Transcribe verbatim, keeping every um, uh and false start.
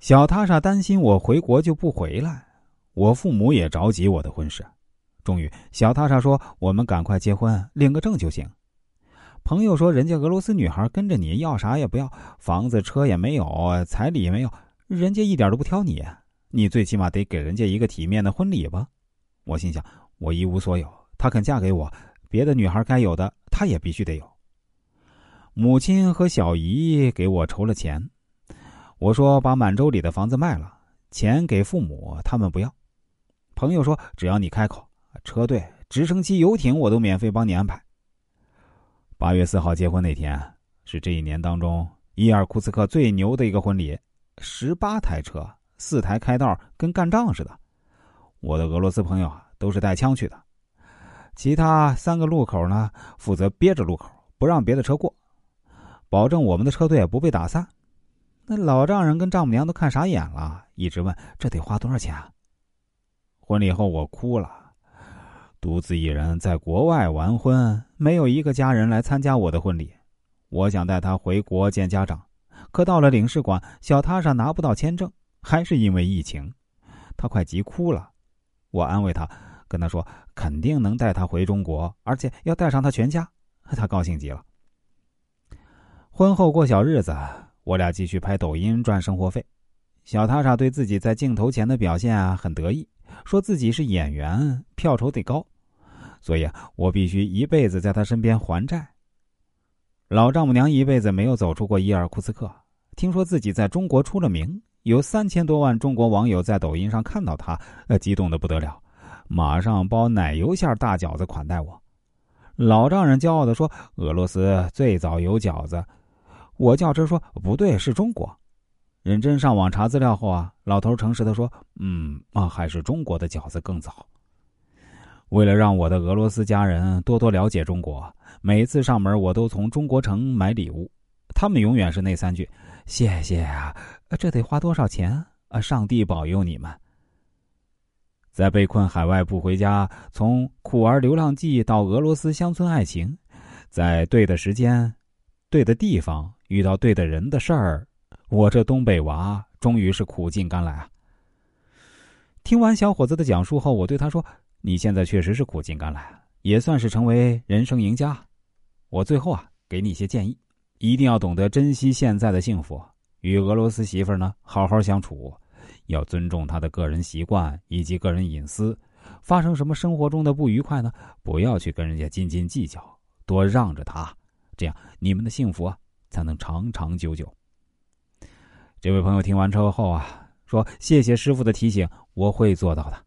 小塔莎担心我回国就不回来，我父母也着急我的婚事。终于，小塔莎说我们赶快结婚，领个证就行。朋友说人家俄罗斯女孩跟着你要啥也不要，房子车也没有，彩礼也没有，人家一点都不挑你，你最起码得给人家一个体面的婚礼吧。我心想，我一无所有，她肯嫁给我，别的女孩该有的她也必须得有。母亲和小姨给我筹了钱，我说把满洲里的房子卖了，钱给父母，他们不要。朋友说只要你开口，车队、直升机、游艇我都免费帮你安排。八月四号结婚那天，是这一年当中伊尔库茨克最牛的一个婚礼，十八台车，四台开道，跟干仗似的。我的俄罗斯朋友都是带枪去的，其他三个路口呢负责憋着路口，不让别的车过，保证我们的车队不被打散。那老丈人跟丈母娘都看傻眼了，一直问这得花多少钱啊？婚礼后我哭了，独自一人在国外完婚，没有一个家人来参加我的婚礼。我想带他回国见家长，可到了领事馆，小塔莎拿不到签证，还是因为疫情，他快急哭了。我安慰他，跟他说肯定能带他回中国，而且要带上他全家，他高兴极了。婚后过小日子，我俩继续拍抖音赚生活费。小塔莎对自己在镜头前的表现啊很得意，说自己是演员，票酬得高，所以我必须一辈子在他身边还债。老丈母娘一辈子没有走出过伊尔库茨克，听说自己在中国出了名，有三千多万中国网友在抖音上看到他，呃，激动得不得了，马上包奶油馅大饺子款待我。老丈人骄傲地说俄罗斯最早有饺子，我较真说不对，是中国。认真上网查资料后啊，老头诚实地说嗯啊，还是中国的饺子更早。为了让我的俄罗斯家人多多了解中国，每次上门我都从中国城买礼物，他们永远是那三句谢谢啊，这得花多少钱啊？上帝保佑你们。在被困海外不回家，从苦儿流浪记到俄罗斯乡村爱情，在对的时间、对的地方遇到对的人的事儿，我这东北娃终于是苦尽甘来啊！听完小伙子的讲述后，我对他说：“你现在确实是苦尽甘来，也算是成为人生赢家。我最后啊，给你一些建议，一定要懂得珍惜现在的幸福，与俄罗斯媳妇呢好好相处，要尊重她的个人习惯以及个人隐私。发生什么生活中的不愉快呢，不要去跟人家斤斤计较，多让着她，这样你们的幸福啊才能长长久久。”这位朋友听完之后啊，说谢谢师傅的提醒，我会做到的。